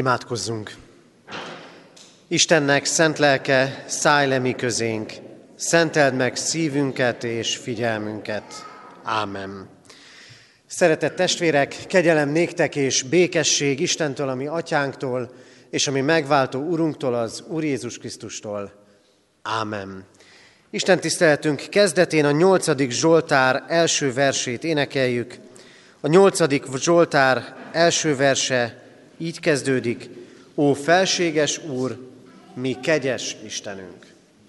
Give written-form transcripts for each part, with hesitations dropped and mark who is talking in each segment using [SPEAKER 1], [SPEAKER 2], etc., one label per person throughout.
[SPEAKER 1] Imádkozzunk! Istennek szent lelke, szállj le mi közénk, szenteld meg szívünket és figyelmünket. Ámen. Szeretett testvérek, kegyelem néktek és békesség Istentől, a mi atyánktól, és a mi megváltó Urunktól, az Úr Jézus Krisztustól. Ámen. Isten tiszteletünk kezdetén a 8. Zsoltár első versét énekeljük. A 8. Zsoltár első verse így kezdődik: Ó felséges Úr, mi kegyes Istenünk!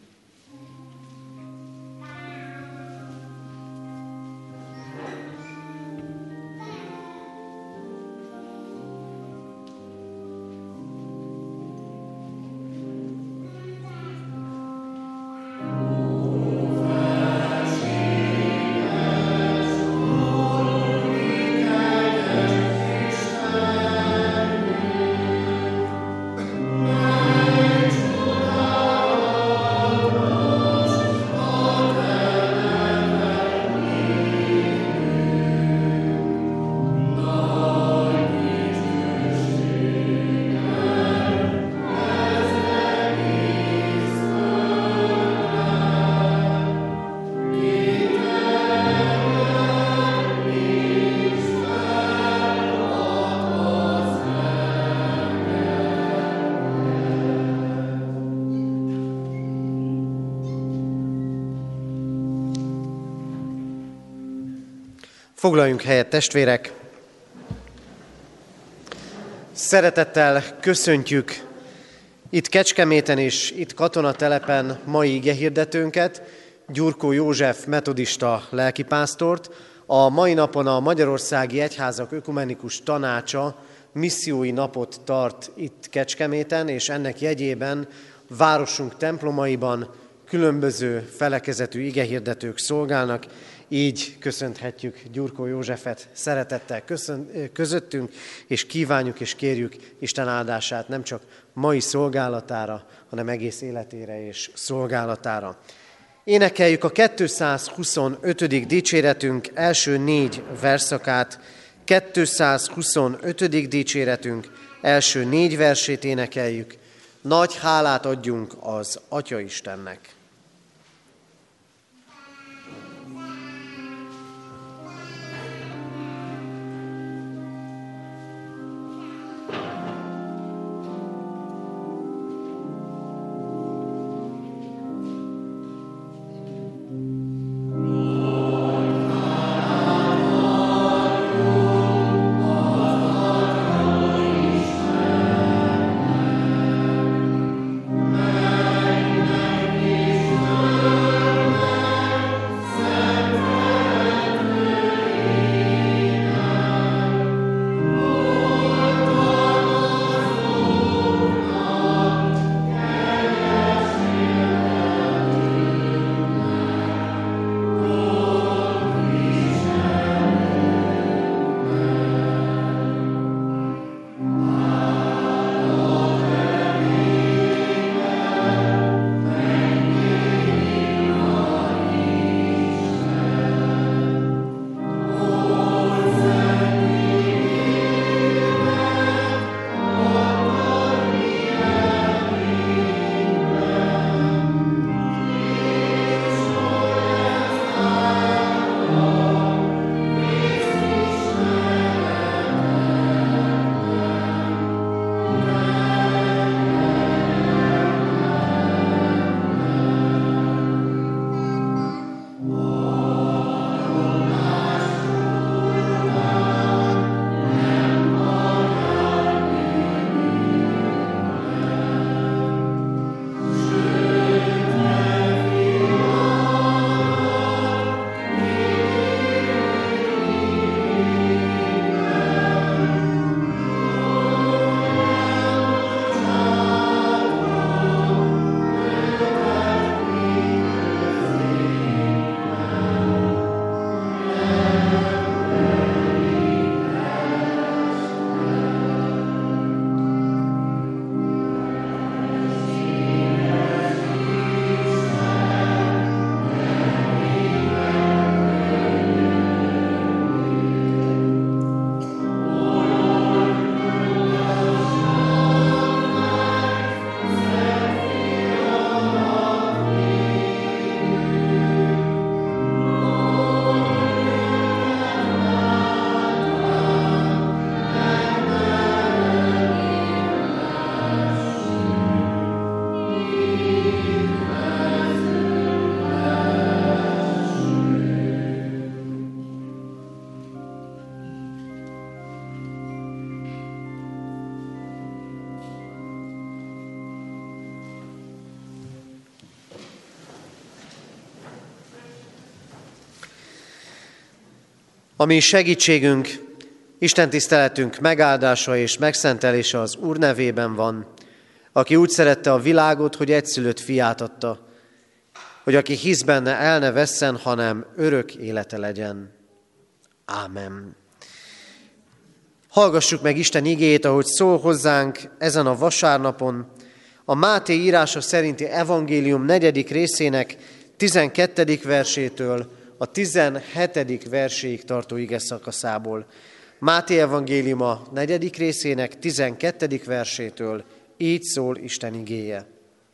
[SPEAKER 1] Foglaljunk helyet, testvérek! Szeretettel köszöntjük itt Kecskeméten és itt Katonatelepen mai igehirdetőnket, Gyurkó József metodista lelkipásztort. A mai napon a Magyarországi Egyházak Ökumenikus Tanácsa missziói napot tart itt Kecskeméten, és ennek jegyében városunk templomaiban különböző felekezetű igehirdetők szolgálnak. Így köszönhetjük Gyurkó Józsefet szeretettel közöttünk, és kívánjuk és kérjük Isten áldását nem csak mai szolgálatára, hanem egész életére és szolgálatára. Énekeljük a 225. dicséretünk első 4 verszakát, 225. dicséretünk első 4 versét énekeljük. Nagy hálát adjunk az Atya Istennek. Ami segítségünk, Isten tiszteletünk megáldása és megszentelése az Úr nevében van, aki úgy szerette a világot, hogy egyszülött fiát adta, hogy aki hisz benne, el ne vesszen, hanem örök élete legyen. Ámen. Hallgassuk meg Isten igéjét, ahogy szól hozzánk ezen a vasárnapon, a Máté írása szerinti evangélium 4. részének 12. versétől a 17. verséig tartó igeszakaszából. Máté evangéliuma 4. részének 12. versétől így szól Isten igéje.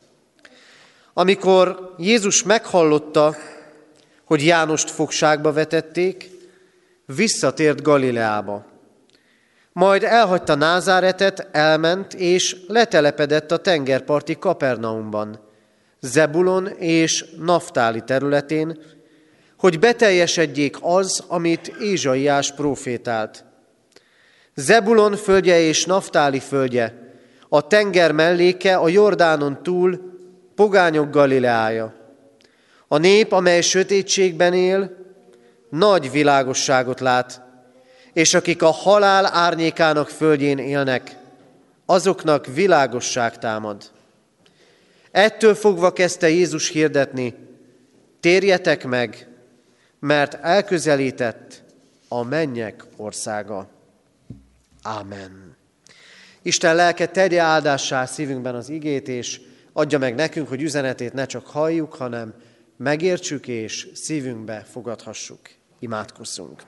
[SPEAKER 1] Amikor Jézus meghallotta, hogy Jánost fogságba vetették, visszatért Galileába. Majd elhagyta Názáretet, elment és letelepedett a tengerparti Kapernaumban, Zebulon és Naftáli területén, hogy beteljesedjék az, amit Ézsaiás prófétált. Zebulon földje és Naftáli földje, a tenger melléke, a Jordánon túl, pogányok Galileája. A nép, amely sötétségben él, nagy világosságot lát, és akik a halál árnyékának földjén élnek, azoknak világosság támad. Ettől fogva kezdte Jézus hirdetni, térjetek meg, mert elközelített a mennyek országa. Ámen. Isten lelke tegye áldássá szívünkben az igét, és adja meg nekünk, hogy üzenetét ne csak halljuk, hanem megértsük és szívünkbe fogadhassuk. Imádkozzunk.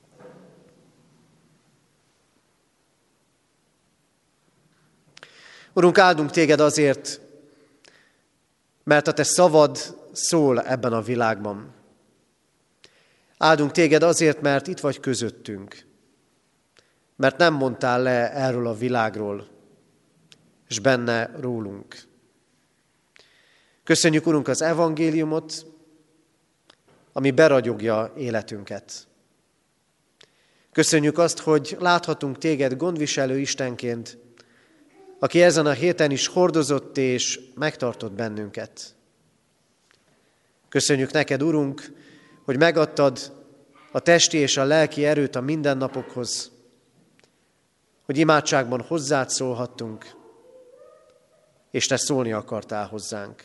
[SPEAKER 1] Urunk, áldunk téged azért, mert a te szavad szól ebben a világban. Áldunk téged azért, mert itt vagy közöttünk, mert nem mondtál le erről a világról, és benne rólunk. Köszönjük, Urunk, az evangéliumot, ami beragyogja életünket. Köszönjük azt, hogy láthatunk téged gondviselő Istenként, aki ezen a héten is hordozott és megtartott bennünket. Köszönjük neked, Urunk, hogy megadtad a testi és a lelki erőt a mindennapokhoz, hogy imádságban hozzád szólhattunk, és te szólni akartál hozzánk.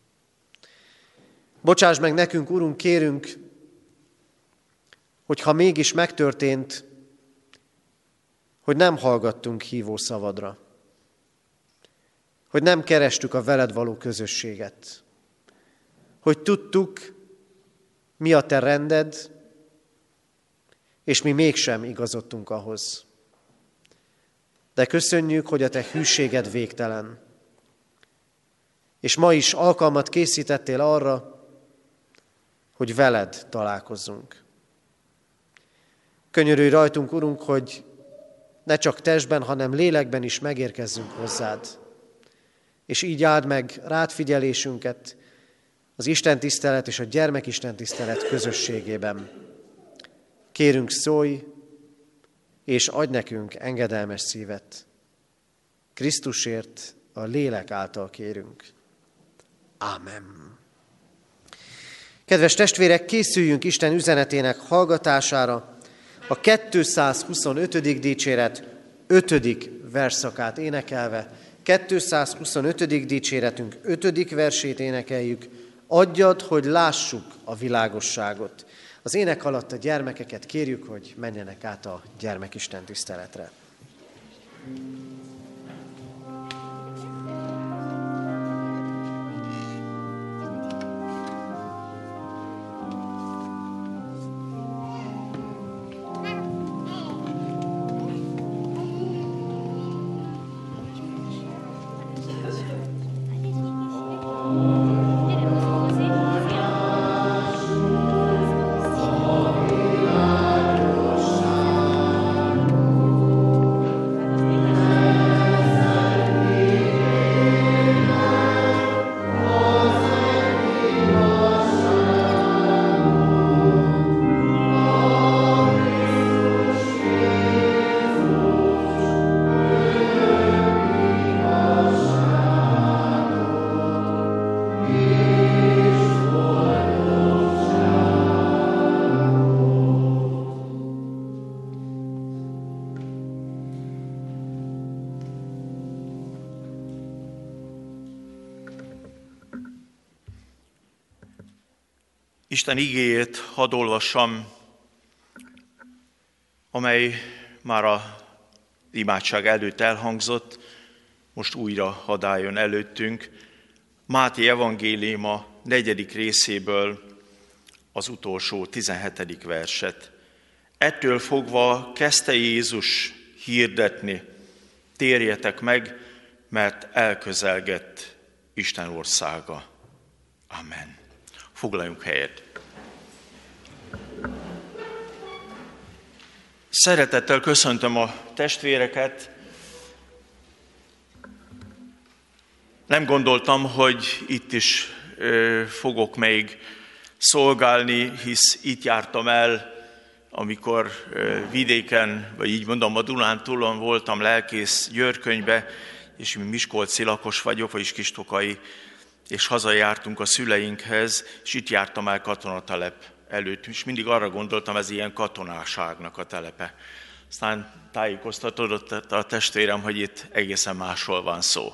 [SPEAKER 1] Bocsáss meg nekünk, Urunk, kérünk, hogy ha mégis megtörtént, hogy nem hallgattunk hívó szavadra, hogy nem kerestük a veled való közösséget, hogy tudtuk, mi a te rended, és mi mégsem igazodtunk ahhoz. De köszönjük, hogy a te hűséged végtelen, és ma is alkalmat készítettél arra, hogy veled találkozzunk. Könyörülj rajtunk, Urunk, hogy ne csak testben, hanem lélekben is megérkezzünk hozzád. És így áld meg rád figyelésünket az istentisztelet és a gyermekistentisztelet közösségében. Kérünk, szólj, és adj nekünk engedelmes szívet. Krisztusért, a lélek által kérünk. Ámen. Kedves testvérek, készüljünk Isten üzenetének hallgatására. A 225. dicséret 5. versszakát énekelve, 225. dicséretünk 5. versét énekeljük, adjad, hogy lássuk a világosságot. Az ének alatt a gyermekeket kérjük, hogy menjenek át a gyermekisten tiszteletre.
[SPEAKER 2] Isten igéjét hadd olvassam, amely már az imádság előtt elhangzott, most újra hadd álljon előttünk. Máté evangéliuma 4. részéből az utolsó 17. verset. Ettől fogva kezdte Jézus hirdetni: térjetek meg, mert elközelgett Isten országa. Amen. Foglaljunk helyet. Szeretettel köszöntöm a testvéreket. Nem gondoltam, hogy itt is fogok még szolgálni, hisz itt jártam el, amikor vidéken, vagy így mondom, a Dunántúlon voltam lelkész Győrkönyvbe, és miskolci lakos vagyok, vagyis Kistokai, és hazajártunk a szüleinkhez, és itt jártam el katonatelep előtt, és mindig arra gondoltam, ez ilyen katonáságnak a telepe. Aztán tájékoztatódott a testvérem, hogy itt egészen másról van szó.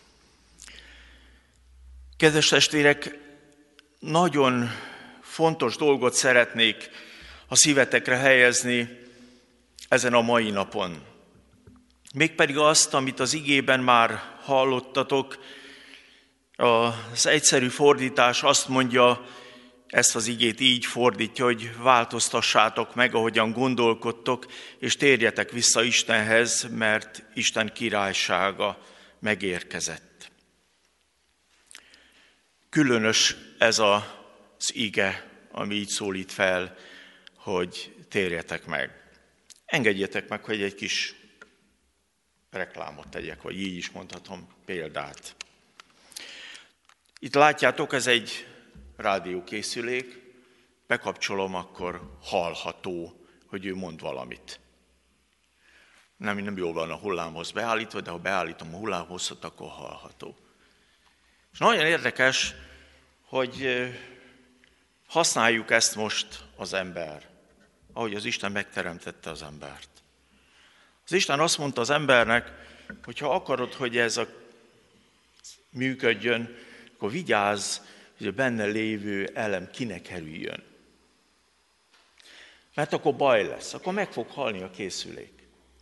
[SPEAKER 2] Kedves testvérek, nagyon fontos dolgot szeretnék a szívetekre helyezni ezen a mai napon. Mégpedig azt, amit az igében már hallottatok, az egyszerű fordítás azt mondja, ezt az igét így fordítja, hogy változtassátok meg, ahogyan gondolkodtok, és térjetek vissza Istenhez, mert Isten királysága megérkezett. Különös ez az ige, ami így szólít fel, hogy térjetek meg. Engedjetek meg, hogy egy kis reklámot tegyek, vagy így is mondhatom, példát. Itt látjátok, ez egy rádiókészülék, bekapcsolom, akkor hallható, hogy ő mond valamit. Nem jól van a hullámhoz beállítva, de ha beállítom a hullámhosszat, akkor hallható. És nagyon érdekes, hogy használjuk ezt most az ember, ahogy az Isten megteremtette az embert. Az Isten azt mondta az embernek, hogy ha akarod, hogy ez működjön, akkor vigyázz, hogy a benne lévő elem ki ne kerüljön. Mert akkor baj lesz, akkor meg fog halni a készülék.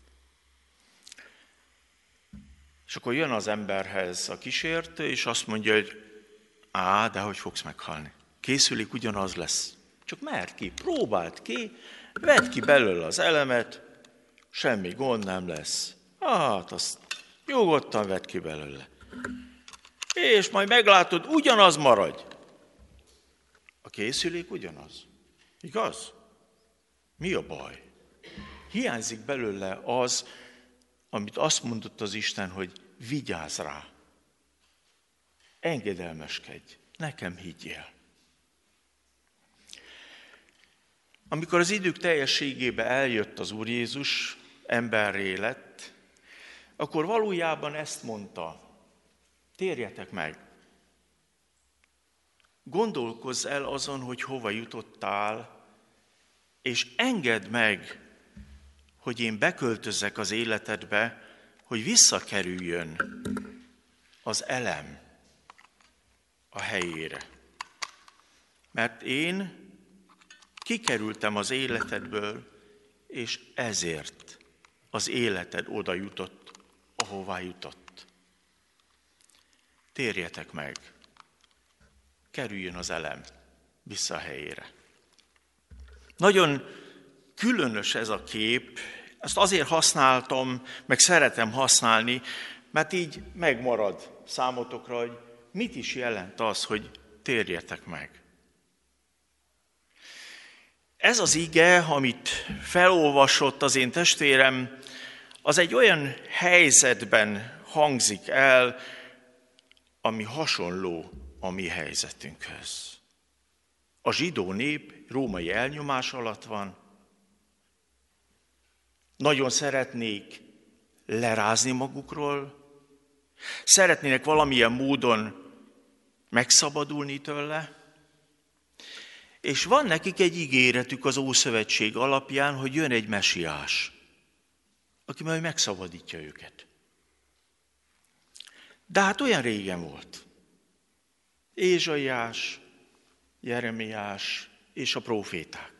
[SPEAKER 2] És akkor jön az emberhez a kísértő, és azt mondja, hogy de hogy fogsz meghalni? Készülék ugyanaz lesz. Csak merd ki, próbáld ki, vedd ki belőle az elemet, semmi gond nem lesz. Hát azt nyugodtan vedd ki belőle. És majd meglátod, ugyanaz maradj. A készülék ugyanaz. Igaz? Mi a baj? Hiányzik belőle az, amit azt mondott az Isten, hogy vigyázz rá. Engedelmeskedj, nekem higgyél. Amikor az idők teljességébe eljött az Úr Jézus, emberré lett, akkor valójában ezt mondta: térjetek meg. Gondolkozz el azon, hogy hova jutottál, és engedd meg, hogy én beköltözzek az életedbe, hogy visszakerüljön az elem a helyére. Mert én kikerültem az életedből, és ezért az életed oda jutott, ahová jutott. Térjetek meg, kerüljön az elem vissza a helyére. Nagyon különös ez a kép, ezt azért használtam, meg szeretem használni, mert így megmarad számotokra, hogy mit is jelent az, hogy térjetek meg. Ez az ige, amit felolvasott az én testvérem, az egy olyan helyzetben hangzik el, ami hasonló a mi helyzetünkhöz. A zsidó nép római elnyomás alatt van, nagyon szeretnék lerázni magukról, szeretnének valamilyen módon megszabadulni tőle, és van nekik egy ígéretük az Ószövetség alapján, hogy jön egy mesiás, aki majd megszabadítja őket. De hát olyan régen volt. Ézsaiás, Jeremiás és a próféták.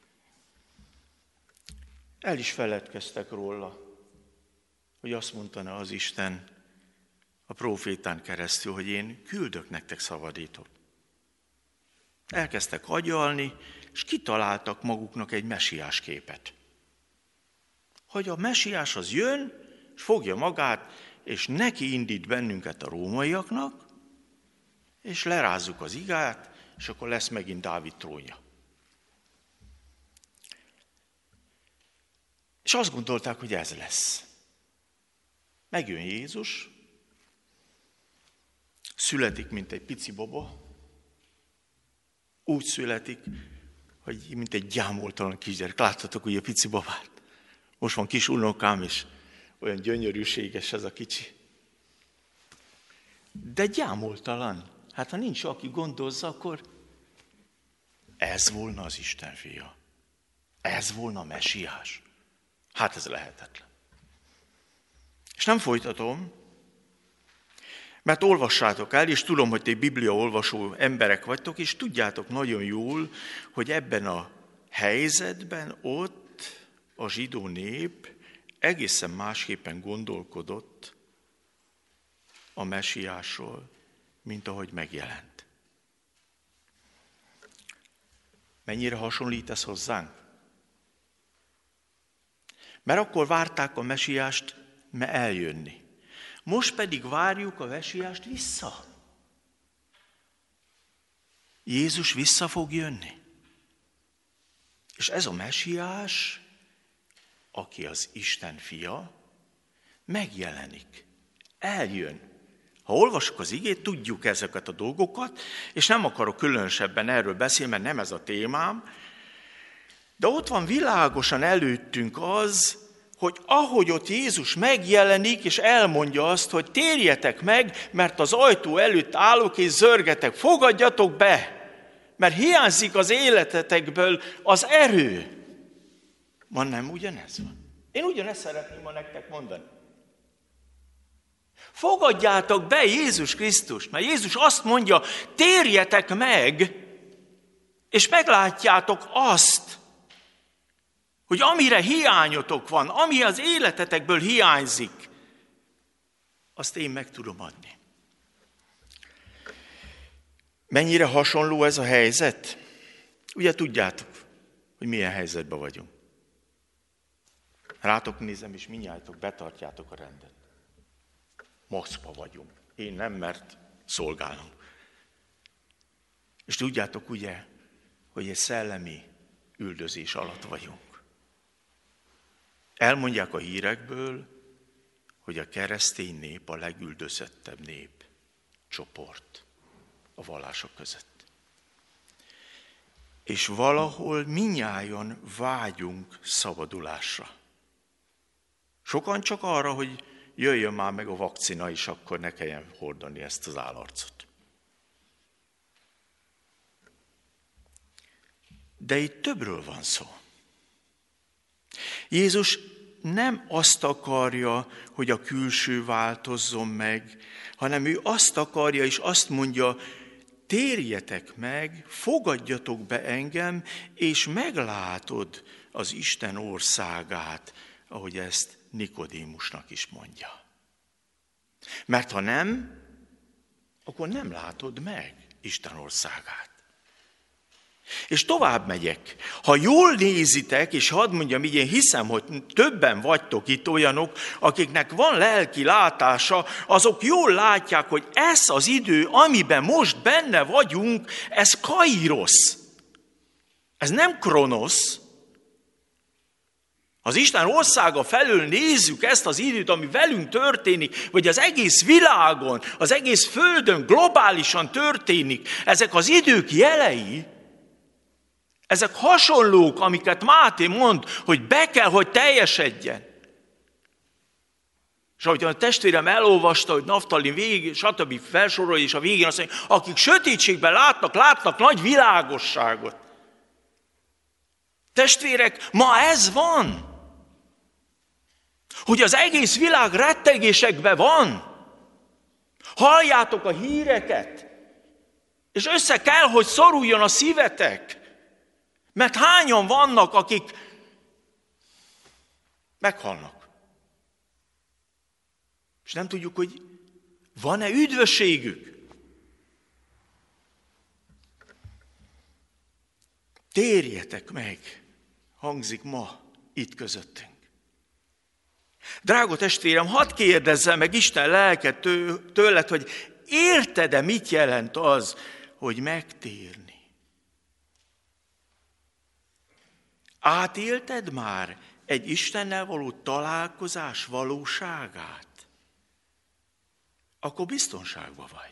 [SPEAKER 2] El is feledkeztek róla, hogy azt mondta az Isten a prófétán keresztül, hogy én küldök nektek szabadítót. Elkezdtek agyalni, és kitaláltak maguknak egy mesiás képet. Hogy a mesiás az jön, és fogja magát, és neki indít bennünket a rómaiaknak, és lerázzuk az igát, és akkor lesz megint Dávid trónja. És azt gondolták, hogy ez lesz. Megjön Jézus, születik, mint egy pici baba, úgy születik, hogy mint egy gyámoltalan kisgyerek. Láttatok ugye a pici babát? Most van kis unokám, és olyan gyönyörűséges ez a kicsi. De gyámoltalan. Hát ha nincs, aki gondozza, akkor ez volna az Isten fia. Ez volna a mesiás. Hát ez lehetetlen. És nem folytatom, mert olvassátok el, és tudom, hogy ti bibliaolvasó emberek vagytok, és tudjátok nagyon jól, hogy ebben a helyzetben ott a zsidó nép egészen másképpen gondolkodott a mesiásról, mint ahogy megjelent. Mennyire hasonlít ez hozzánk? Mert akkor várták a mesiást eljönni. Most pedig várjuk a mesiást vissza. Jézus vissza fog jönni. És ez a mesiás, aki az Isten fia, megjelenik. Eljön. Ha olvassuk az igét, tudjuk ezeket a dolgokat, és nem akarok különösebben erről beszélni, mert nem ez a témám, de ott van világosan előttünk az, hogy ahogy ott Jézus megjelenik, és elmondja azt, hogy térjetek meg, mert az ajtó előtt állok, és zörgetek, fogadjatok be, mert hiányzik az életetekből az erő. Ma nem ugyanez van. Én ugyanezt szeretném ma nektek mondani. Fogadjátok be Jézus Krisztust, mert Jézus azt mondja, térjetek meg, és meglátjátok azt, hogy amire hiányotok van, ami az életetekből hiányzik, azt én meg tudom adni. Mennyire hasonló ez a helyzet? Ugye tudjátok, hogy milyen helyzetben vagyunk. Rátok nézem, és mindnyájtok betartjátok a rendet. Moszkva vagyunk. Én nem, mert szolgálom. És tudjátok ugye, hogy egy szellemi üldözés alatt vagyunk. Elmondják a hírekből, hogy a keresztény nép a legüldözettebb népcsoport a vallások között. És valahol mindnyájan vágyunk szabadulásra. Sokan csak arra, hogy jöjjön már meg a vakcina, és akkor ne kelljen hordani ezt az állarcot. De itt többről van szó. Jézus nem azt akarja, hogy a külső változzon meg, hanem ő azt akarja, és azt mondja, térjetek meg, fogadjatok be engem, és meglátod az Isten országát, ahogy ezt Nikodémusnak is mondja. Mert ha nem, akkor nem látod meg Isten országát. És tovább megyek. Ha jól nézitek, és hadd mondjam, így én hiszem, hogy többen vagytok itt olyanok, akiknek van lelki látása, azok jól látják, hogy ez az idő, amiben most benne vagyunk, ez kairosz. Ez nem kronosz. Az Isten országa felől nézzük ezt az időt, ami velünk történik, vagy az egész világon, az egész földön globálisan történik. Ezek az idők jelei, ezek hasonlók, amiket Máté mond, hogy be kell, hogy teljesedjen. És ahogy a testvérem elolvasta, hogy Naftalin végig, stb. Felsorolja, és a végén azt mondja, akik sötétségben látnak nagy világosságot. Testvérek, ma ez van. Hogy az egész világ rettegésekben van. Halljátok a híreket. És össze kell, hogy szoruljon a szívetek. Mert hányan vannak, akik meghalnak. És nem tudjuk, hogy van-e üdvösségük. Térjetek meg, hangzik ma itt közöttünk. Drága testvérem, hadd kérdezzem meg Isten lelket tőled, hogy érted-e, mit jelent az, hogy megtérni? Átélted már egy Istennel való találkozás valóságát? Akkor biztonságban vagy.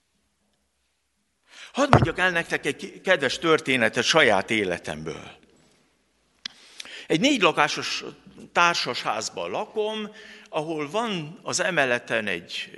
[SPEAKER 2] Hadd mondjak el nektek egy kedves történetet saját életemből. Egy 4 lakásos társasházban lakom, ahol van az emeleten egy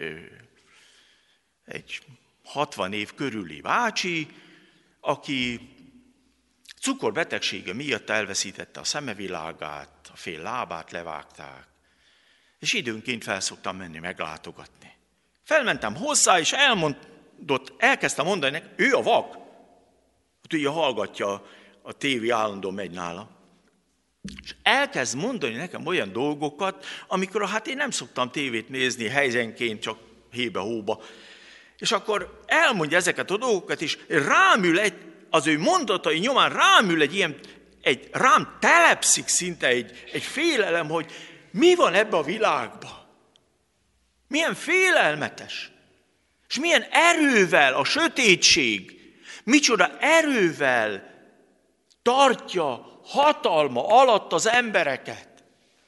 [SPEAKER 2] 60 év körüli bácsi, aki cukorbetegsége miatt elveszítette a szemevilágát, a fél lábát levágták, és időnként fel szoktam menni meglátogatni. Felmentem hozzá, és elkezdtem mondani neki, ő a vak. Hát ugye hallgatja, a tévé állandóan megy nála. És elkezd mondani nekem olyan dolgokat, amikor hát én nem szoktam tévét nézni helyenként, csak hébe-hóba. És akkor elmondja ezeket a dolgokat, és rámül az ő mondatai nyomán rám telepszik szinte egy félelem, hogy mi van ebbe a világban. Milyen félelmetes. És milyen erővel a sötétség, micsoda erővel tartja hatalma alatt az embereket.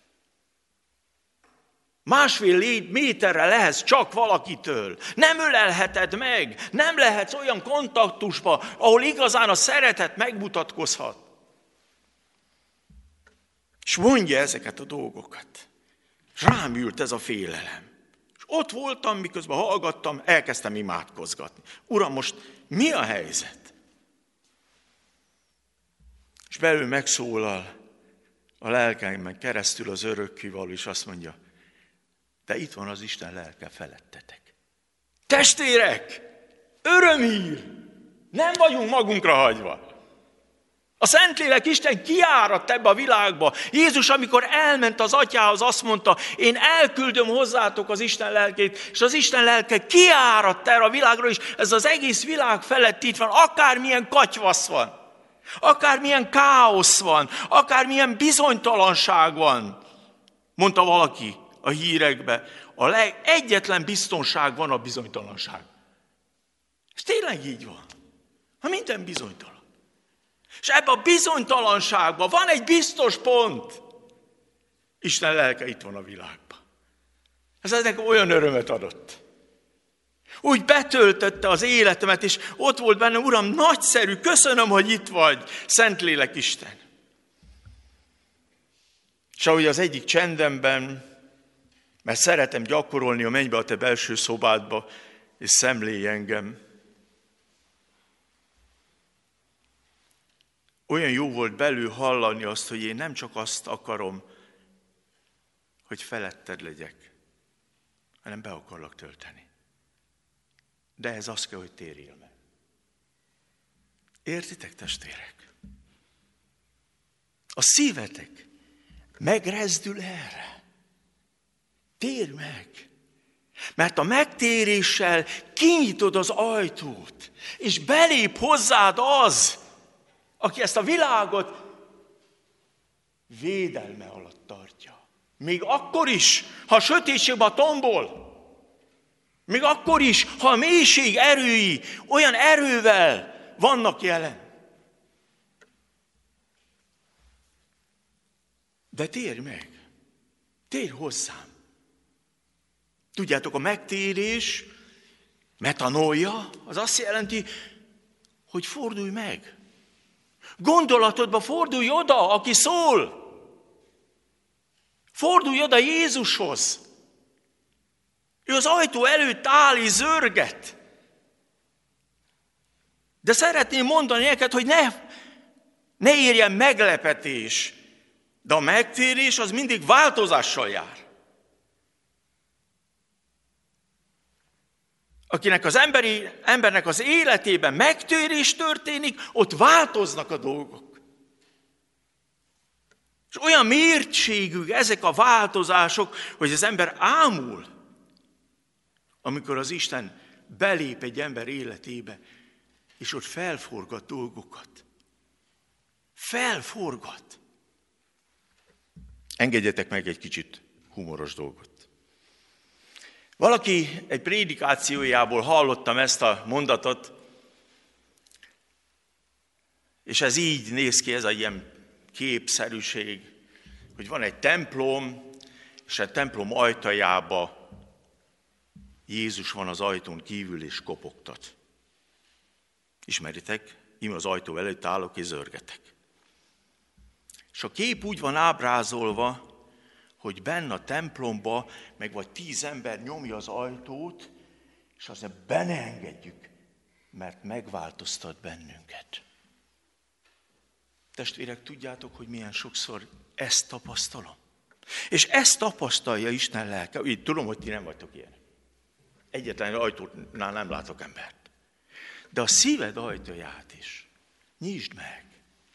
[SPEAKER 2] 1,5 méterre lehetsz csak valakitől. Nem ölelheted meg, nem lehetsz olyan kontaktusba, ahol igazán a szeretet megmutatkozhat. És mondja ezeket a dolgokat. És rám ült ez a félelem. És ott voltam, miközben hallgattam, elkezdtem imádkozgatni. Uram, most mi a helyzet? És belül megszólal a lelkeimen keresztül az örökkévaló, és azt mondja, de itt van az Isten lelke felettetek. Testvérek, örömhír! Nem vagyunk magunkra hagyva. A Szentlélek Isten kiáradt ebbe a világba. Jézus, amikor elment az Atyához, azt mondta, én elküldöm hozzátok az Isten lelkét, és az Isten lelke kiáradt erre a világra, és ez az egész világ felett itt van, akármilyen katyvasz van, akármilyen káosz van, akármilyen bizonytalanság van, mondta valaki a hírekbe, egyetlen biztonság van, a bizonytalanság. És tényleg így van. Ha minden bizonytalan. És ebben a bizonytalanságban van egy biztos pont. Isten lelke itt van a világban. Ez nekem olyan örömet adott. Úgy betöltötte az életemet, és ott volt bennem, Uram, nagyszerű, köszönöm, hogy itt vagy, Szentlélek Isten. És ahogy az egyik csendemben, mert szeretem gyakorolni a mennybe a te belső szobádba, és szemlélj engem. Olyan jó volt belül hallani azt, hogy én nem csak azt akarom, hogy feletted legyek, hanem be akarlak tölteni. De ez az kell, hogy térjél meg. Értitek, testvérek? A szívetek megrezdül erre. Térj meg! Mert a megtéréssel kinyitod az ajtót, és belép hozzád az, aki ezt a világot védelme alatt tartja. Még akkor is, ha a sötétségben tombol, még akkor is, ha a mélység erői olyan erővel vannak jelen. De térj meg, térj hozzám. Tudjátok, a megtérés, metanoia, az azt jelenti, hogy fordulj meg. Gondolatodba fordulj oda, aki szól. Fordulj oda Jézushoz. Ő az ajtó előtt áll és zörget. De szeretném mondani neked, hogy ne érjen meglepetés. De a megtérés az mindig változással jár. akinek az embernek az életében megtérés történik, ott változnak a dolgok. És olyan mértségű ezek a változások, hogy az ember ámul, amikor az Isten belép egy ember életébe, és ott felforgat dolgokat. Felforgat. Engedjetek meg egy kicsit humoros dolgot. Valaki egy prédikációjából hallottam ezt a mondatot, és ez így néz ki, ez egy ilyen képszerűség, hogy van egy templom, és a templom ajtajába Jézus van az ajtón kívül és kopogtat. Ismeritek? Íme az ajtó előtt állok és zörgetek. És a kép úgy van ábrázolva, hogy benne a templomba meg vagy 10 ember nyomja az ajtót, és azt mondja, be ne engedjük, mert megváltoztat bennünket. Testvérek, tudjátok, hogy milyen sokszor ezt tapasztalom? És ezt tapasztalja Isten lelke. Így tudom, hogy ti nem vagytok ilyenek. Egyetlen ajtónál nem látok embert. De a szíved ajtaját is nyisd meg.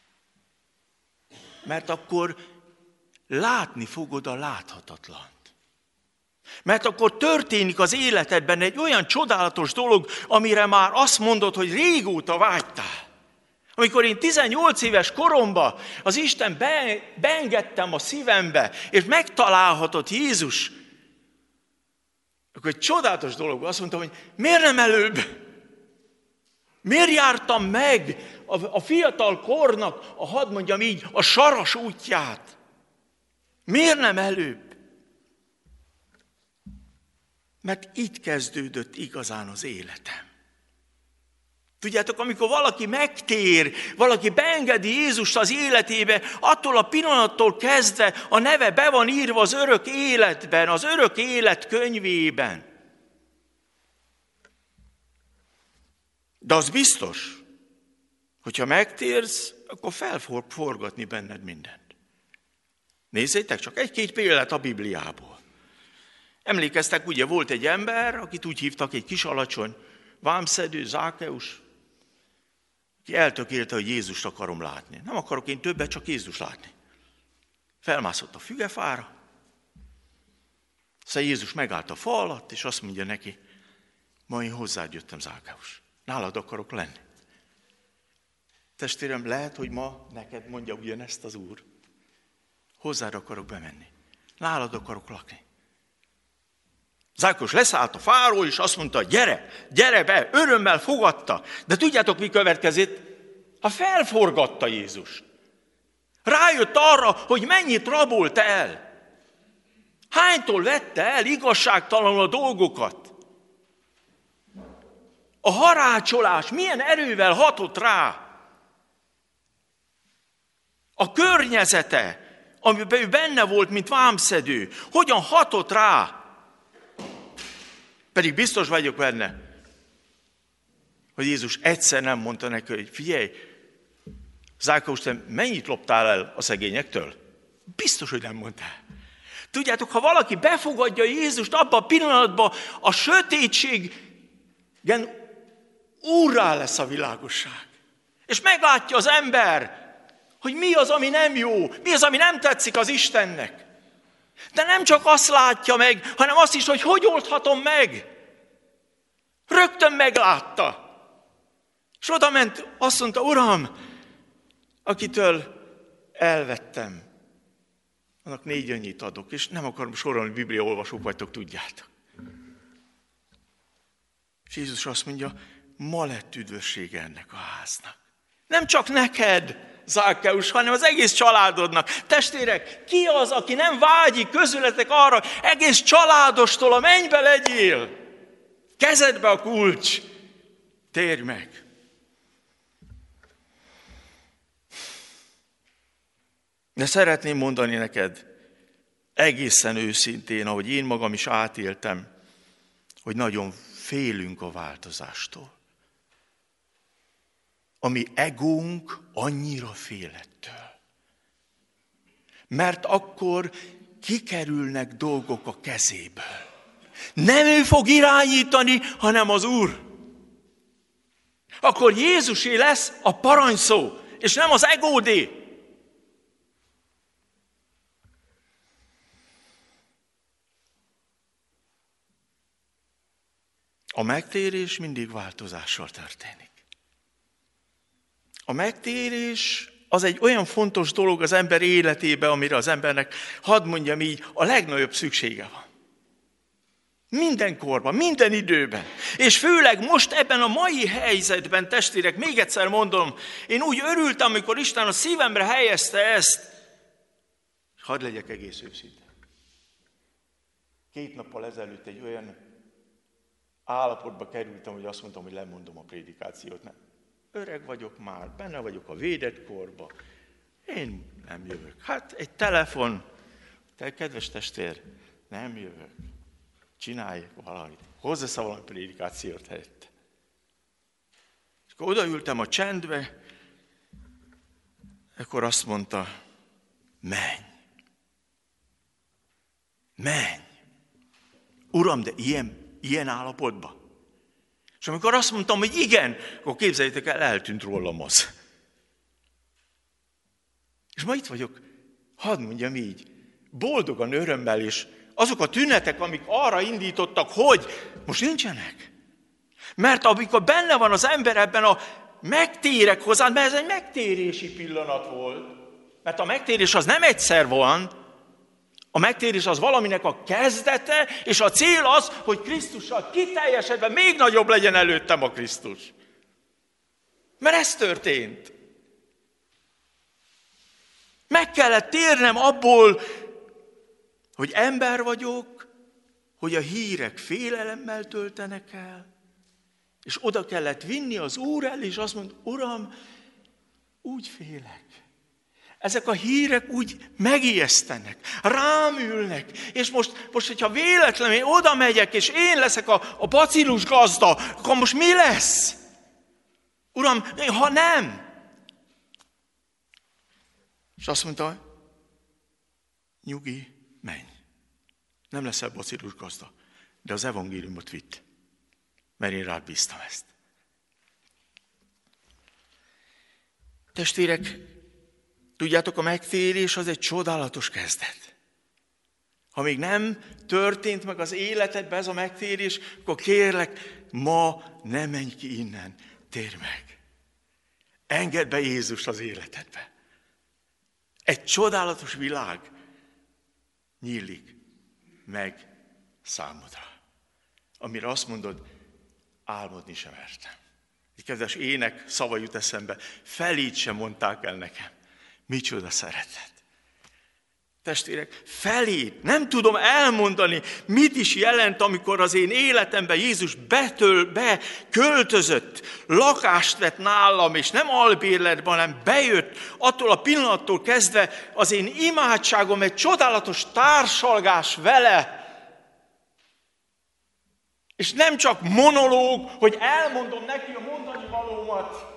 [SPEAKER 2] Mert akkor látni fogod a láthatatlant. Mert akkor történik az életedben egy olyan csodálatos dolog, amire már azt mondod, hogy régóta vágytál. Amikor én 18 éves koromban az Isten beengedtem a szívembe, és megtalálhatott Jézus, akkor egy csodálatos dolog, azt mondtam, hogy miért nem előbb? Miért jártam meg a fiatal kornak, hadd mondjam így, a saras útját? Miért nem előbb? Mert itt kezdődött igazán az életem. Tudjátok, amikor valaki megtér, valaki beengedi Jézust az életébe, attól a pillanattól kezdve a neve be van írva az örök életben, az örök élet könyvében. De az biztos, hogyha megtérsz, akkor fel fog forgatni benned mindent. Nézzétek csak egy-két példát a Bibliából. Emlékeztek, ugye volt egy ember, akit úgy hívtak, egy kis alacsony vámszedő, Zákeus, aki eltökélte, hogy Jézust akarom látni. Nem akarok én többet, csak Jézust látni. Felmászott a fügefára, szóval Jézus megállt a fa alatt, és azt mondja neki, ma én hozzád jöttem, Zákeus. Nálad akarok lenni. Testvérem, lehet, hogy ma neked mondja ugyanezt az Úr. Hozzád akarok bemenni. Nálad akarok lakni. Zákeus leszállt a fáról, és azt mondta, gyere be, örömmel fogadta. De tudjátok, mi következett? Felforgatta Jézus. Rájött arra, hogy mennyit rabolt el. Hánytól vette el igazságtalanul a dolgokat. A harácsolás milyen erővel hatott rá. A környezete, amiben ő benne volt, mint vámszedő, hogyan hatott rá. Pedig biztos vagyok benne, hogy Jézus egyszer nem mondta neki, hogy figyelj, Zákeus, te mennyit loptál el a szegényektől? Biztos, hogy nem mondta. Tudjátok, ha valaki befogadja Jézust, abban a pillanatban a sötétségen úrrá lesz a világosság. És meglátja az ember, hogy mi az, ami nem jó, mi az, ami nem tetszik az Istennek. De nem csak azt látja meg, hanem azt is, hogy oldhatom meg. Rögtön meglátta. És oda ment, azt mondta, Uram, akitől elvettem, annak 4 annyit adok. És nem akarom sorolni, bibliaolvasók vagytok, tudjátok. És Jézus azt mondja, ma lett üdvössége ennek a háznak. Nem csak neked, Zákeus, hanem az egész családodnak. Testvérek, ki az, aki nem vágyik közületek arra, egész családostól a mennybe legyél? Kezedbe a kulcs, térj meg. De szeretném mondani neked, egészen őszintén, ahogy én magam is átéltem, hogy nagyon félünk a változástól. A mi egónk annyira fél ettől. Mert akkor kikerülnek dolgok a kezéből. Nem ő fog irányítani, hanem az Úr. Akkor Jézusé lesz a parancsszó, és nem az egódé. A megtérés mindig változással történik. A megtérés az egy olyan fontos dolog az ember életében, amire az embernek, hadd mondjam így, a legnagyobb szüksége van. Minden korban, minden időben. És főleg most ebben a mai helyzetben, testvérek, még egyszer mondom, én úgy örültem, amikor Isten a szívemre helyezte ezt. Hadd legyek egész őszinte. 2 nappal ezelőtt egy olyan állapotba kerültem, hogy azt mondtam, hogy lemondom a prédikációt. Nem. Öreg vagyok már, benne vagyok a védett korba. Én nem jövök. Hát egy telefon, te kedves testvér, nem jövök. Csinálj valamit. Hozzasz valami prédikációt helyette. És akkor odaültem a csendbe, akkor azt mondta, menj. Menj. Uram, de ilyen állapotban? És amikor azt mondtam, hogy igen, akkor képzeljétek el, eltűnt rólam az. És ma itt vagyok, hadd mondjam így, boldogan, örömmel, és azok a tünetek, amik arra indítottak, hogy most nincsenek. Mert amikor benne van az ember ebben a megtérek hozzád, mert ez egy megtérési pillanat volt. Mert a megtérés az nem egyszer van, a megtérés az valaminek a kezdete, és a cél az, hogy Krisztussal kiteljesedve még nagyobb legyen előttem a Krisztus. Mert ez történt. Meg kellett térnem abból, hogy ember vagyok, hogy a hírek félelemmel töltenek el, és oda kellett vinni az Úr elé, és azt mondta, Uram, úgy félek. Ezek a hírek úgy megijesztenek, rám ülnek, és most hogyha véletlenül oda megyek, és én leszek a bacillus gazda, akkor most mi lesz? Uram, ha nem? És azt mondta, nyugi, menj. Nem leszel bacillus gazda, de az evangéliumot vidd, mert én rád bíztam ezt. Testvérek, tudjátok, a megtérés az egy csodálatos kezdet. Ha még nem történt meg az életedben ez a megtérés, akkor kérlek, ma ne menj ki innen, térj meg. Engedd be Jézust az életedbe. Egy csodálatos világ nyílik meg számodra. Amire azt mondod, álmodni sem mertem. Egy kedves ének szava jut eszembe, felét sem mondták el nekem. Micsoda szeretet. Testvérek, felét nem tudom elmondani, mit is jelent, amikor az én életemben Jézus beköltözött, lakást vett nálam, és nem albérletben, hanem bejött, attól a pillanattól kezdve az én imádságom egy csodálatos társalgás vele. És nem csak monológ, hogy elmondom neki a mondani valómat,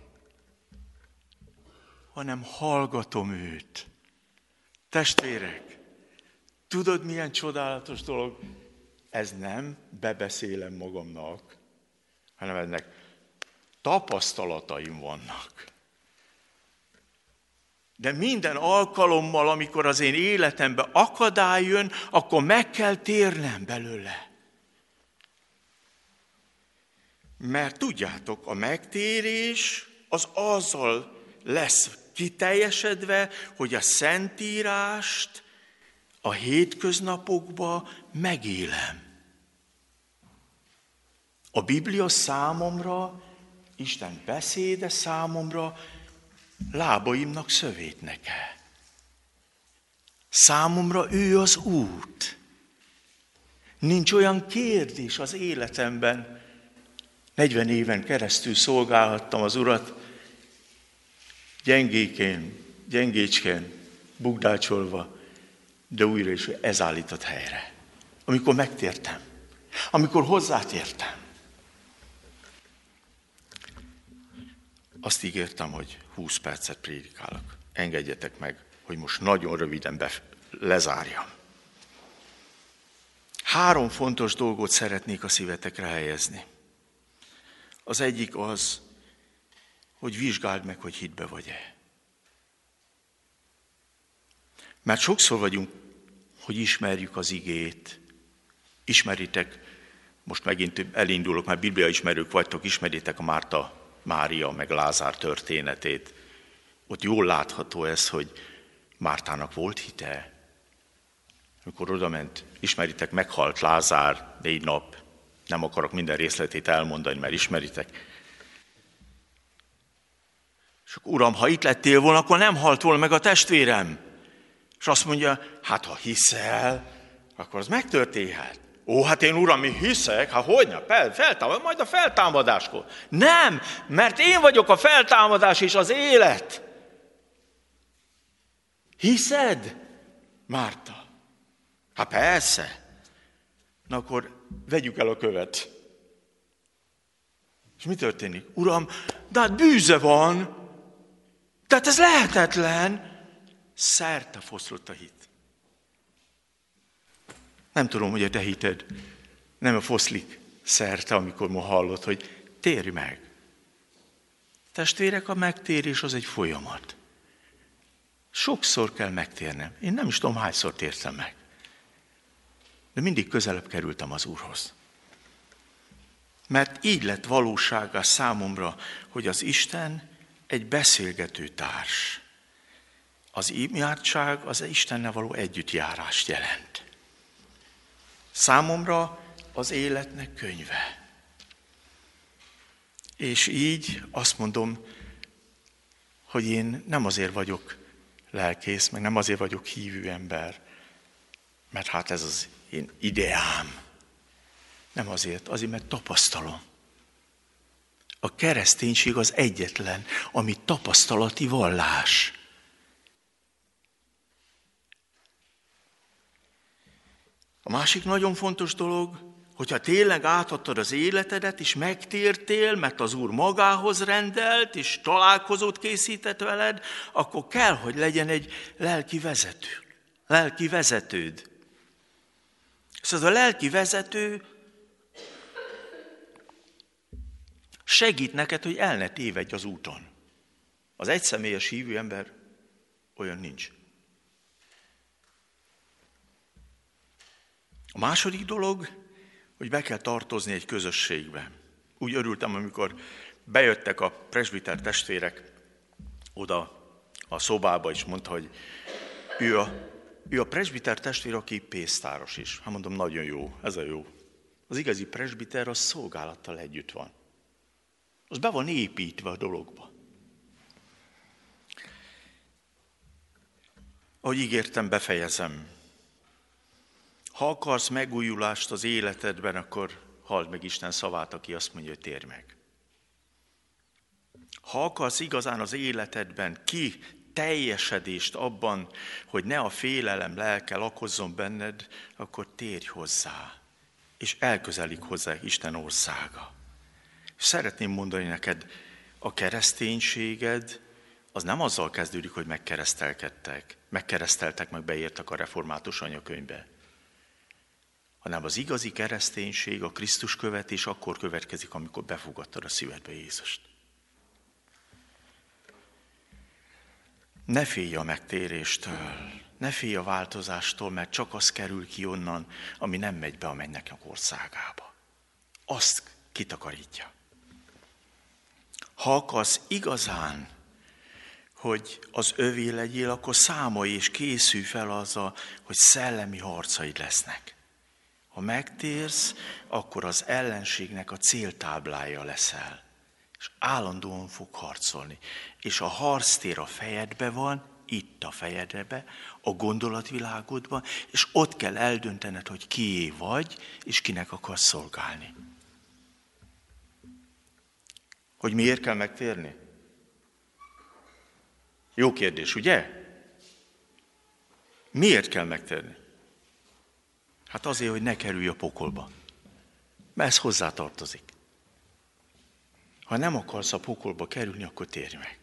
[SPEAKER 2] hanem hallgatom őt. Testvérek, tudod, milyen csodálatos dolog? Ez nem bebeszélem magamnak, hanem ennek tapasztalataim vannak. De minden alkalommal, amikor az én életembe akadály jön, akkor meg kell térnem belőle. Mert tudjátok, a megtérés az azzal lesz kiteljesedve, hogy a Szentírást a hétköznapokban megélem. A Biblia számomra, Isten beszéde számomra lábaimnak szövétneke. Számomra ő az út. Nincs olyan kérdés az életemben. 40 éven keresztül szolgálhattam az Urat, gyengécskén, bugdácsolva, de újra is ez állított helyre. Amikor megtértem, amikor hozzátértem. Azt ígértem, hogy 20 percet prédikálok. Engedjetek meg, hogy most nagyon röviden lezárjam. 3 fontos dolgot szeretnék a szívetekre helyezni. Az egyik az, hogy vizsgáld meg, hogy hitbe vagy-e. Mert sokszor vagyunk, hogy ismerjük az igét. Ismeritek, most megint elindulok, mert Biblia ismerők vagytok, ismeritek a Márta, Mária, meg Lázár történetét. Ott jól látható ez, hogy Mártának volt hite. Amikor odament, ismeritek, meghalt Lázár 4 nap. Nem akarok minden részletét elmondani, mert ismeritek. És akkor, Uram, ha itt lettél volna, akkor nem halt volna meg a testvérem. És azt mondja, hát ha hiszel, akkor az megtörténhet. Ó, hát én Uram, mi hiszek? Hát hogyne? Majd a feltámadáskor. Nem, mert én vagyok a feltámadás és az élet. Hiszed, Márta? Hát persze. Na akkor vegyük el a követ. És mi történik? Uram, de hát bűze van. Tehát ez lehetetlen. Szerte foszlott a hit. Nem tudom, hogy a te hited nem foszlik szerte, amikor ma hallod, hogy térj meg. Testvérek, a megtérés az egy folyamat. Sokszor kell megtérnem. Én nem is tudom, hányszor tértem meg. De mindig közelebb kerültem az Úrhoz. Mert így lett valósággá számomra, hogy az Isten egy beszélgető társ. Az imádság az Istennel való együttjárást jelent. Számomra az életnek könyve. És így azt mondom, hogy én nem azért vagyok lelkész, meg nem azért vagyok hívő ember, mert hát ez az én ideám. Nem azért, mert tapasztalom. A kereszténység az egyetlen, ami tapasztalati vallás. A másik nagyon fontos dolog, hogyha tényleg átadtad az életedet, és megtértél, mert az Úr magához rendelt, és találkozót készített veled, akkor kell, hogy legyen egy lelki vezetőd. És ez a lelki vezető segít neked, hogy el ne tévedj az úton. Az egyszemélyes hívő ember olyan nincs. A második dolog, hogy be kell tartozni egy közösségbe. Úgy örültem, amikor bejöttek a presbiter testvérek oda a szobába, és mondta, hogy ő a presbiter testvér, aki pénztáros is. Hát mondom, nagyon jó, ez a jó. Az igazi presbiter az szolgálattal együtt van. Az be van építve a dologba. Ahogy ígértem, befejezem. Ha akarsz megújulást az életedben, akkor halld meg Isten szavát, aki azt mondja, hogy térj meg. Ha akarsz igazán az életedben teljesedést abban, hogy ne a félelem lelke lakozzon benned, akkor térj hozzá, és elközelik hozzá Isten országa. Szeretném mondani neked, a kereszténységed az nem azzal kezdődik, hogy megkereszteltek, meg beírtak a református anyakönyvbe, hanem az igazi kereszténység, a Krisztus követés akkor következik, amikor befogadtad a szívedbe Jézust. Ne félj a megtéréstől, ne félj a változástól, mert csak az kerül ki onnan, ami nem megy be a mennyeknek országába. Azt kitakarítja. Ha akarsz igazán, hogy az övé legyél, akkor számolj és készülj fel azzal, hogy szellemi harcaid lesznek. Ha megtérsz, akkor az ellenségnek a céltáblája leszel, és állandóan fog harcolni. És a harctér a fejedbe van, itt a fejedbe, a gondolatvilágodban, és ott kell eldöntened, hogy kié vagy, és kinek akarsz szolgálni. Hogy miért kell megtérni? Jó kérdés, ugye? Miért kell megtérni? Hát azért, hogy ne kerülj a pokolba. Mert ez hozzátartozik. Ha nem akarsz a pokolba kerülni, akkor térj meg.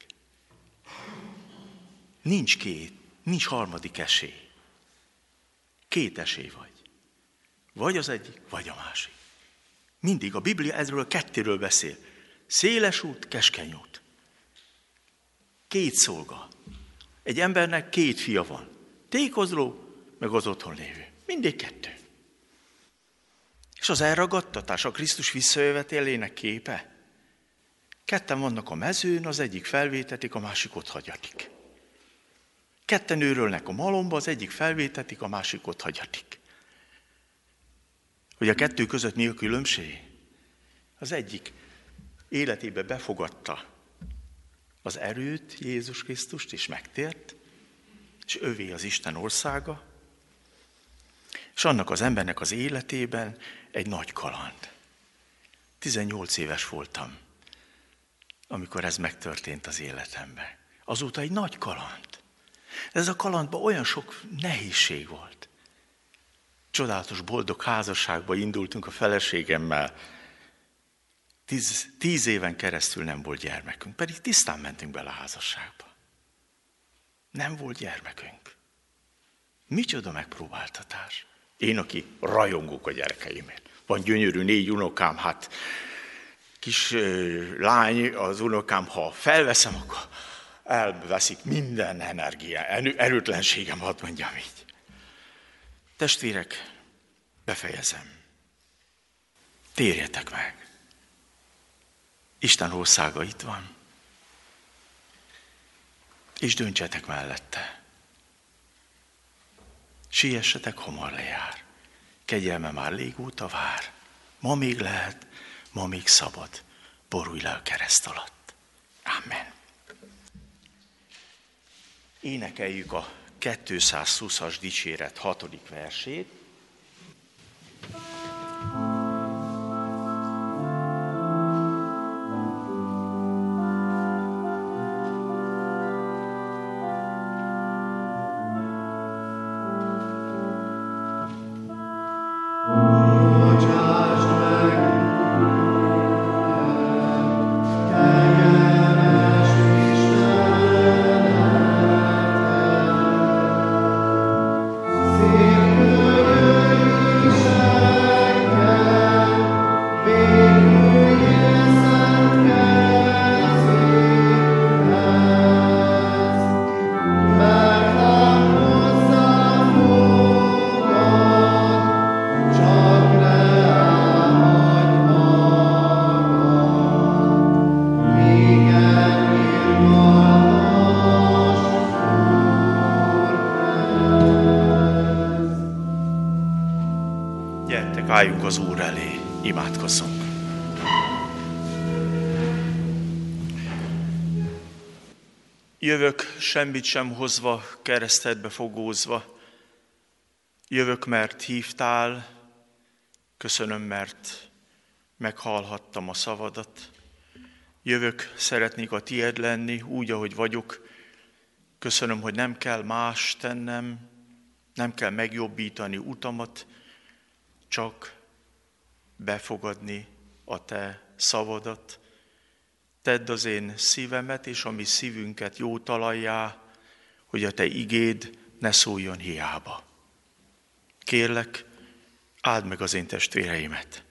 [SPEAKER 2] Nincs harmadik esély. 2 esély vagy. Vagy az egyik, vagy a másik. Mindig a Biblia ezről a kettőről beszél. Széles út, keskeny út. Két szolga. Egy embernek két fia van. Tékozló, meg az otthon lévő. Mindig kettő. És az elragadtatás a Krisztus visszajövetelének képe. Ketten vannak a mezőn, az egyik felvétetik, a másik ott hagyatik. Ketten őrölnek a malomba, az egyik felvétetik, a másik ott hagyatik. Hogy a kettő között mi a különbség? Az egyik életébe befogadta az erőt, Jézus Krisztust, és megtért, és övé az Isten országa, és annak az embernek az életében egy nagy kaland. 18 éves voltam, amikor ez megtörtént az életemben. Azóta egy nagy kaland. Ez a kalandban olyan sok nehézség volt. Csodálatos, boldog házasságba indultunk a feleségemmel. 10 éven keresztül nem volt gyermekünk, pedig tisztán mentünk bele a házasságba. Nem volt gyermekünk. Micsoda megpróbáltatás. Én, aki rajongok a gyerekeimért. Van gyönyörű 4 unokám, hát kis lány, az unokám, ha felveszem, akkor elveszik minden energiát, erőtlenségem, hadd mondjam így. Testvérek, befejezem. Térjetek meg. Isten országa itt van. És döntsetek mellette. Siessetek, hamar lejár. Kegyelme már régóta vár. Ma még lehet, ma még szabad. Borulj le a kereszt alatt. Amen. Énekeljük a 220-as dicséret 6. versét. Álljunk az Úr elé, imádkozzunk. Jövök semmit sem hozva, keresztedbe fogózva. Jövök, mert hívtál, köszönöm, mert meghallhattam a szavadat. Jövök, szeretnék a tied lenni, úgy, ahogy vagyok. Köszönöm, hogy nem kell más tennem, nem kell megjobbítani utamat, csak befogadni a te szavadat. Tedd az én szívemet és a mi szívünket jó talajjá, hogy a te igéd ne szóljon hiába. Kérlek, áld meg az én testvéreimet.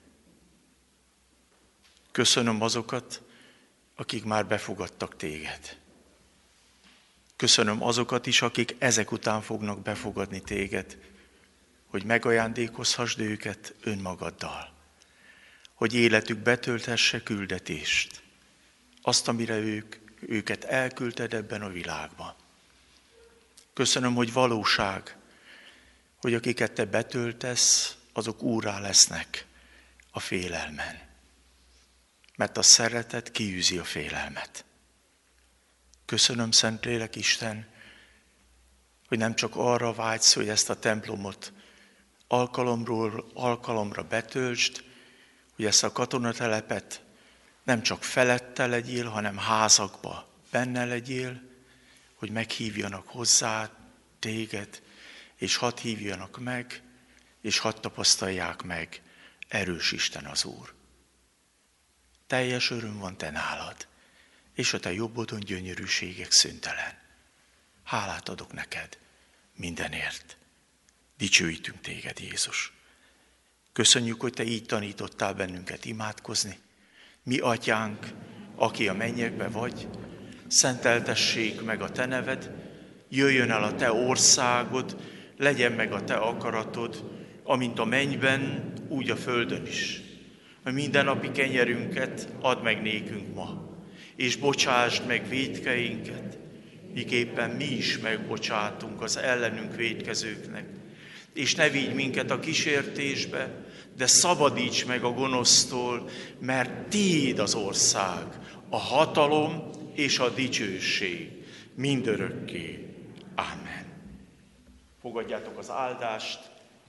[SPEAKER 2] Köszönöm azokat, akik már befogadtak téged. Köszönöm azokat is, akik ezek után fognak befogadni téged, hogy megajándékozhassd őket önmagaddal, hogy életük betölthesse küldetést, azt, amire őket elküldted ebben a világban. Köszönöm, hogy valóság, hogy akiket te betöltesz, azok úrrá lesznek a félelmen, mert a szeretet kiűzi a félelmet. Köszönöm, Szentlélek Isten, hogy nem csak arra vágysz, hogy ezt a templomot alkalomról alkalomra betöltsd, hogy ezt a katonatelepet nem csak felette legyél, hanem házakba benne legyél, hogy meghívjanak hozzá téged, és hadd hívjanak meg, és hadd tapasztalják meg, erős Isten az Úr. Teljes öröm van te nálad, és a te jobbodon gyönyörűségek szüntelen. Hálát adok neked mindenért. Dicsőítünk téged, Jézus. Köszönjük, hogy Te így tanítottál bennünket imádkozni. Mi Atyánk, aki a mennyekbe vagy, szenteltessék meg a Te neved, jöjjön el a Te országod, legyen meg a Te akaratod, amint a mennyben, úgy a földön is. A mindennapi kenyerünket add meg nékünk ma, és bocsásd meg vétkeinket, miképpen mi is megbocsátunk az ellenünk vétkezőknek. És ne vigy minket a kísértésbe, de szabadíts meg a gonosztól, mert Tiéd az ország, a hatalom és a dicsőség mindörökké. Ámen. Fogadjátok az áldást.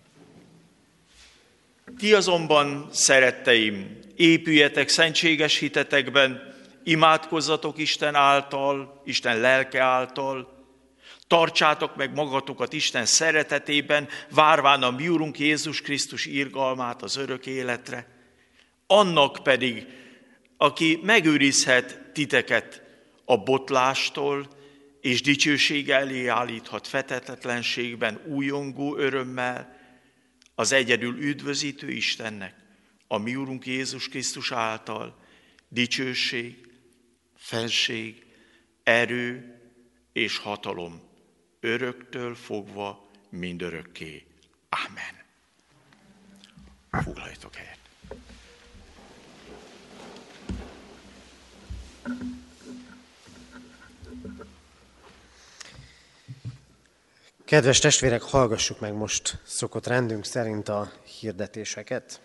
[SPEAKER 2] Ti azonban, szeretteim, épüljetek szentséges hitetekben, imádkozzatok Isten által, Isten lelke által, tartsátok meg magatokat Isten szeretetében, várván a mi Urunk Jézus Krisztus irgalmát az örök életre. Annak pedig, aki megőrizhet titeket a botlástól, és dicsőség elé állíthat fethetetlenségben újongó örömmel, az egyedül üdvözítő Istennek, a mi Urunk Jézus Krisztus által dicsőség, fenség, erő és hatalom öröktől fogva mindörökké. Ámen. Foglaljatok helyet.
[SPEAKER 1] Kedves testvérek, hallgassuk meg most szokott rendünk szerint a hirdetéseket.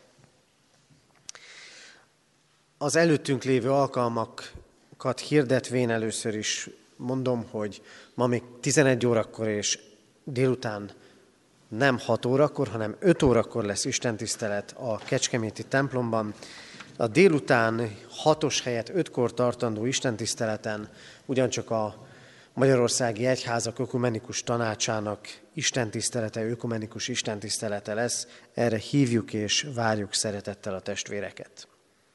[SPEAKER 1] Az előttünk lévő alkalmakat hirdetvén először is mondom, hogy ma még 11 órakor és délután nem 6 órakor, hanem 5 órakor lesz istentisztelet a kecskeméti templomban. A délután 6-os helyett 5-kor tartandó istentiszteleten ugyancsak a Magyarországi Egyházak Ökumenikus Tanácsának istentisztelete, ökumenikus istentisztelete lesz. Erre hívjuk és várjuk szeretettel a testvéreket.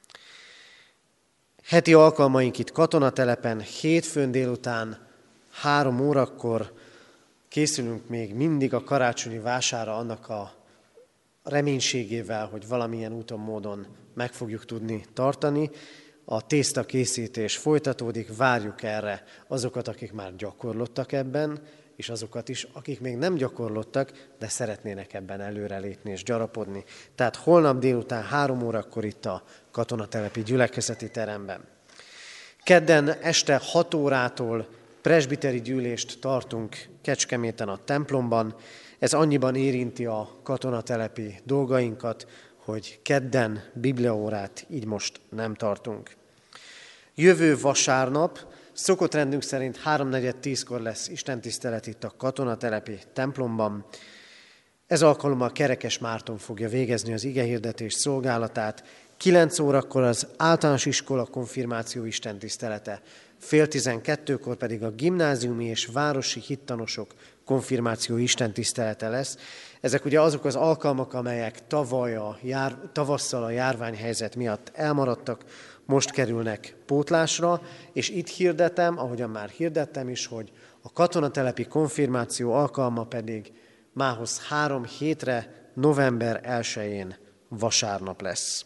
[SPEAKER 1] Heti alkalmaink itt Katonatelepen, hétfőn délután 3 órakor készülünk még mindig a karácsonyi vására annak a reménységével, hogy valamilyen úton, módon meg fogjuk tudni tartani. A tésztakészítés folytatódik, várjuk erre azokat, akik már gyakorlottak ebben, és azokat is, akik még nem gyakorlottak, de szeretnének ebben előrelépni és gyarapodni. Tehát holnap délután 3 órakor itt a Katonatelepi gyülekezeti teremben. Kedden este 6 órától presbiteri gyűlést tartunk Kecskeméten a templomban. Ez annyiban érinti a katonatelepi dolgainkat, hogy kedden bibliaórát így most nem tartunk. Jövő vasárnap szokott rendünk szerint 3:45-kor lesz istentisztelet itt a katonatelepi templomban. Ez alkalommal Kerekes Márton fogja végezni az igehirdetés szolgálatát. 9 órakor az általános iskola konfirmáció istentisztelete, 11:30-kor pedig a gimnáziumi és városi hittanosok konfirmáció istentisztelete lesz. Ezek ugye azok az alkalmak, amelyek tavasszal a járványhelyzet miatt elmaradtak, most kerülnek pótlásra, és itt hirdetem, ahogyan már hirdettem is, hogy a katonatelepi konfirmáció alkalma pedig mához 3 hétre, november 1-én vasárnap lesz.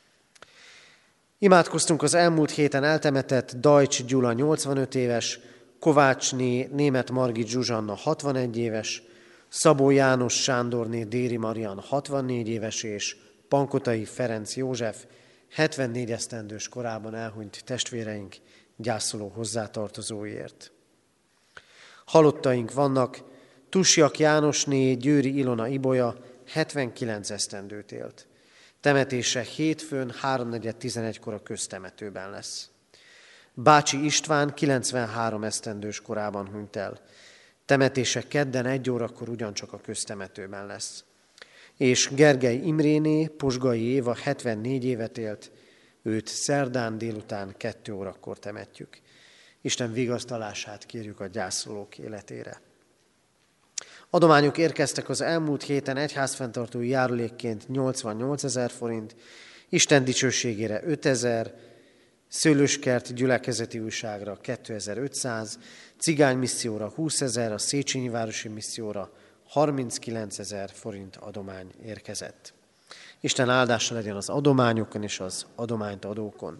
[SPEAKER 1] Imádkoztunk az elmúlt héten eltemetett Dajcs Gyula 85 éves, Kovácsné Németh Margit Zsuzsanna 61 éves, Szabó János Sándorné Déri Marian 64 éves és Pankotai Ferenc József 74 esztendős korában elhunyt testvéreink gyászoló hozzátartozóiért. Halottaink vannak, Tusjak Jánosné Győri Ilona Ibolya 79 esztendőt élt. Temetése hétfőn 3:11-kor a köztemetőben lesz. Bácsi István 93 esztendős korában hunyt el. Temetése kedden 1 órakor ugyancsak a köztemetőben lesz. És Gergely Imréné, Posgai Éva 74 évet élt, őt szerdán délután 2 órakor temetjük. Isten vigasztalását kérjük a gyászolók életére. Adományok érkeztek az elmúlt héten egyházfenntartói járulékként 88 000 forint, Isten dicsőségére 5 000, Szőlőskert gyülekezeti újságra 2500, cigány misszióra 20 000, a Széchenyi városi misszióra 39 000 forint adomány érkezett. Isten áldása legyen az adományokon és az adományt adókon.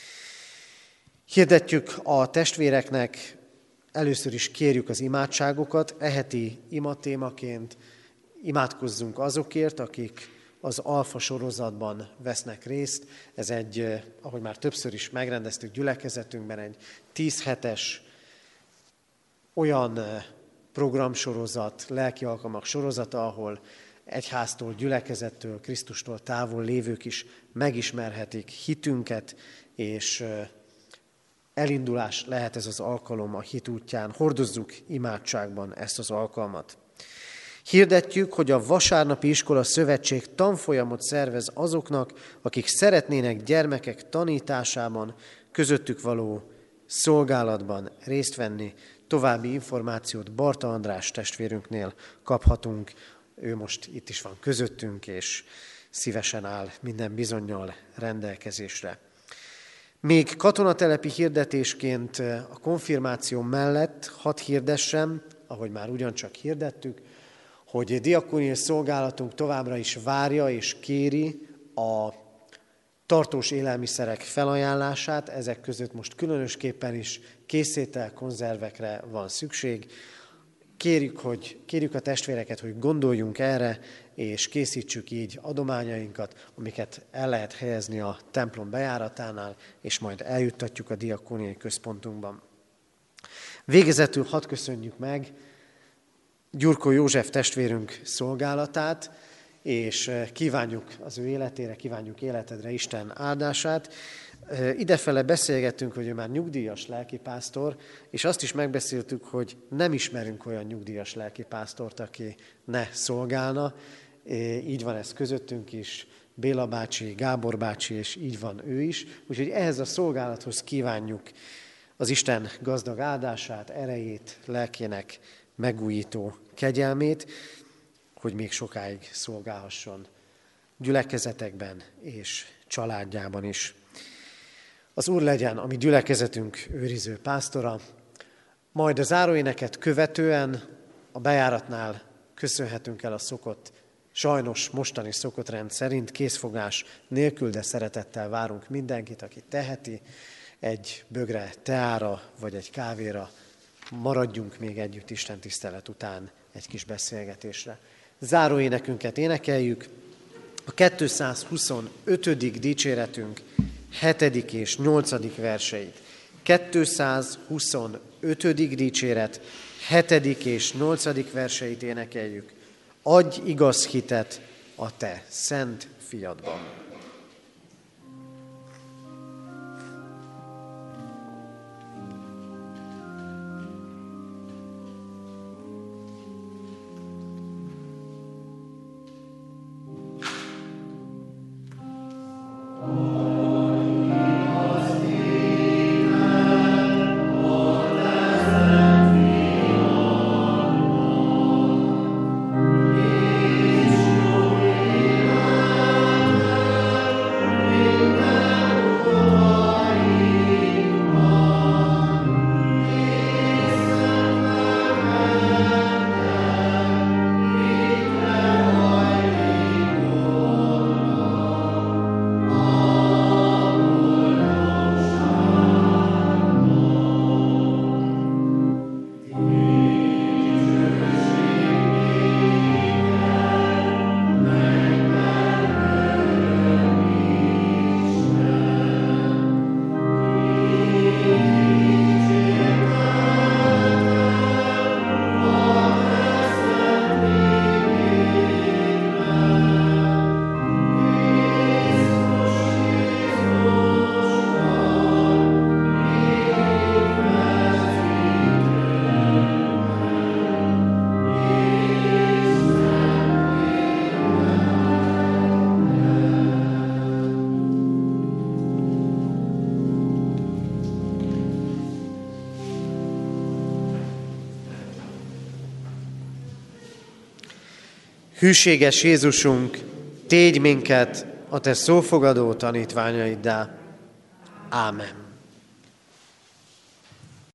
[SPEAKER 1] Hirdetjük a testvéreknek, először is kérjük az imádságokat, heti imatémaként imádkozzunk azokért, akik az Alfa sorozatban vesznek részt. Ez egy, ahogy már többször is megrendeztük gyülekezetünkben, egy 10 hetes olyan programsorozat, lelki alkalmak sorozata, ahol egyháztól, gyülekezettől, Krisztustól távol lévők is megismerhetik hitünket, és elindulás lehet ez az alkalom a hit útján. Hordozzuk imádságban ezt az alkalmat. Hirdetjük, hogy a Vasárnapi Iskola Szövetség tanfolyamot szervez azoknak, akik szeretnének gyermekek tanításában, közöttük való szolgálatban részt venni. További információt Barta András testvérünknél kaphatunk. Ő most itt is van közöttünk, és szívesen áll minden bizonnyal rendelkezésre. Még katonatelepi hirdetésként a konfirmáció mellett hadd hirdessem, ahogy már ugyancsak hirdettük, hogy diakóniai szolgálatunk továbbra is várja és kéri a tartós élelmiszerek felajánlását. Ezek között most különösképpen is készétel, konzervekre van szükség. Kérjük a testvéreket, hogy gondoljunk erre, és készítsük így adományainkat, amiket el lehet helyezni a templom bejáratánál, és majd eljuttatjuk a diakóniai központunkban. Végezetül hadd köszönjük meg Gyurkó József testvérünk szolgálatát, és kívánjuk az ő életére, kívánjuk életedre Isten áldását. Idefele beszélgettünk, hogy ő már nyugdíjas lelkipásztor, és azt is megbeszéltük, hogy nem ismerünk olyan nyugdíjas lelkipásztort, aki ne szolgálna. Így van ez közöttünk is, Béla bácsi, Gábor bácsi, és így van ő is. Úgyhogy ehhez a szolgálathoz kívánjuk az Isten gazdag áldását, erejét, lelkének megújító kegyelmét, hogy még sokáig szolgálhasson gyülekezetekben és családjában is. Az Úr legyen a mi gyülekezetünk őriző pásztora, majd a záróéneket követően a bejáratnál köszönhetünk el a szokott, sajnos mostani szokott rend szerint készfogás nélkül, de szeretettel várunk mindenkit, aki teheti, egy bögre teára vagy egy kávéra. Maradjunk még együtt Isten tisztelet után egy kis beszélgetésre. Záróénekünket énekeljük, a 225. dicséretünk 7. és 8. verseit. 225. dicséret 7. és 8. verseit énekeljük. Adj igaz hitet a te szent fiadban. Hűséges Jézusunk, tégy minket a te szófogadó tanítványaiddá. Ámen.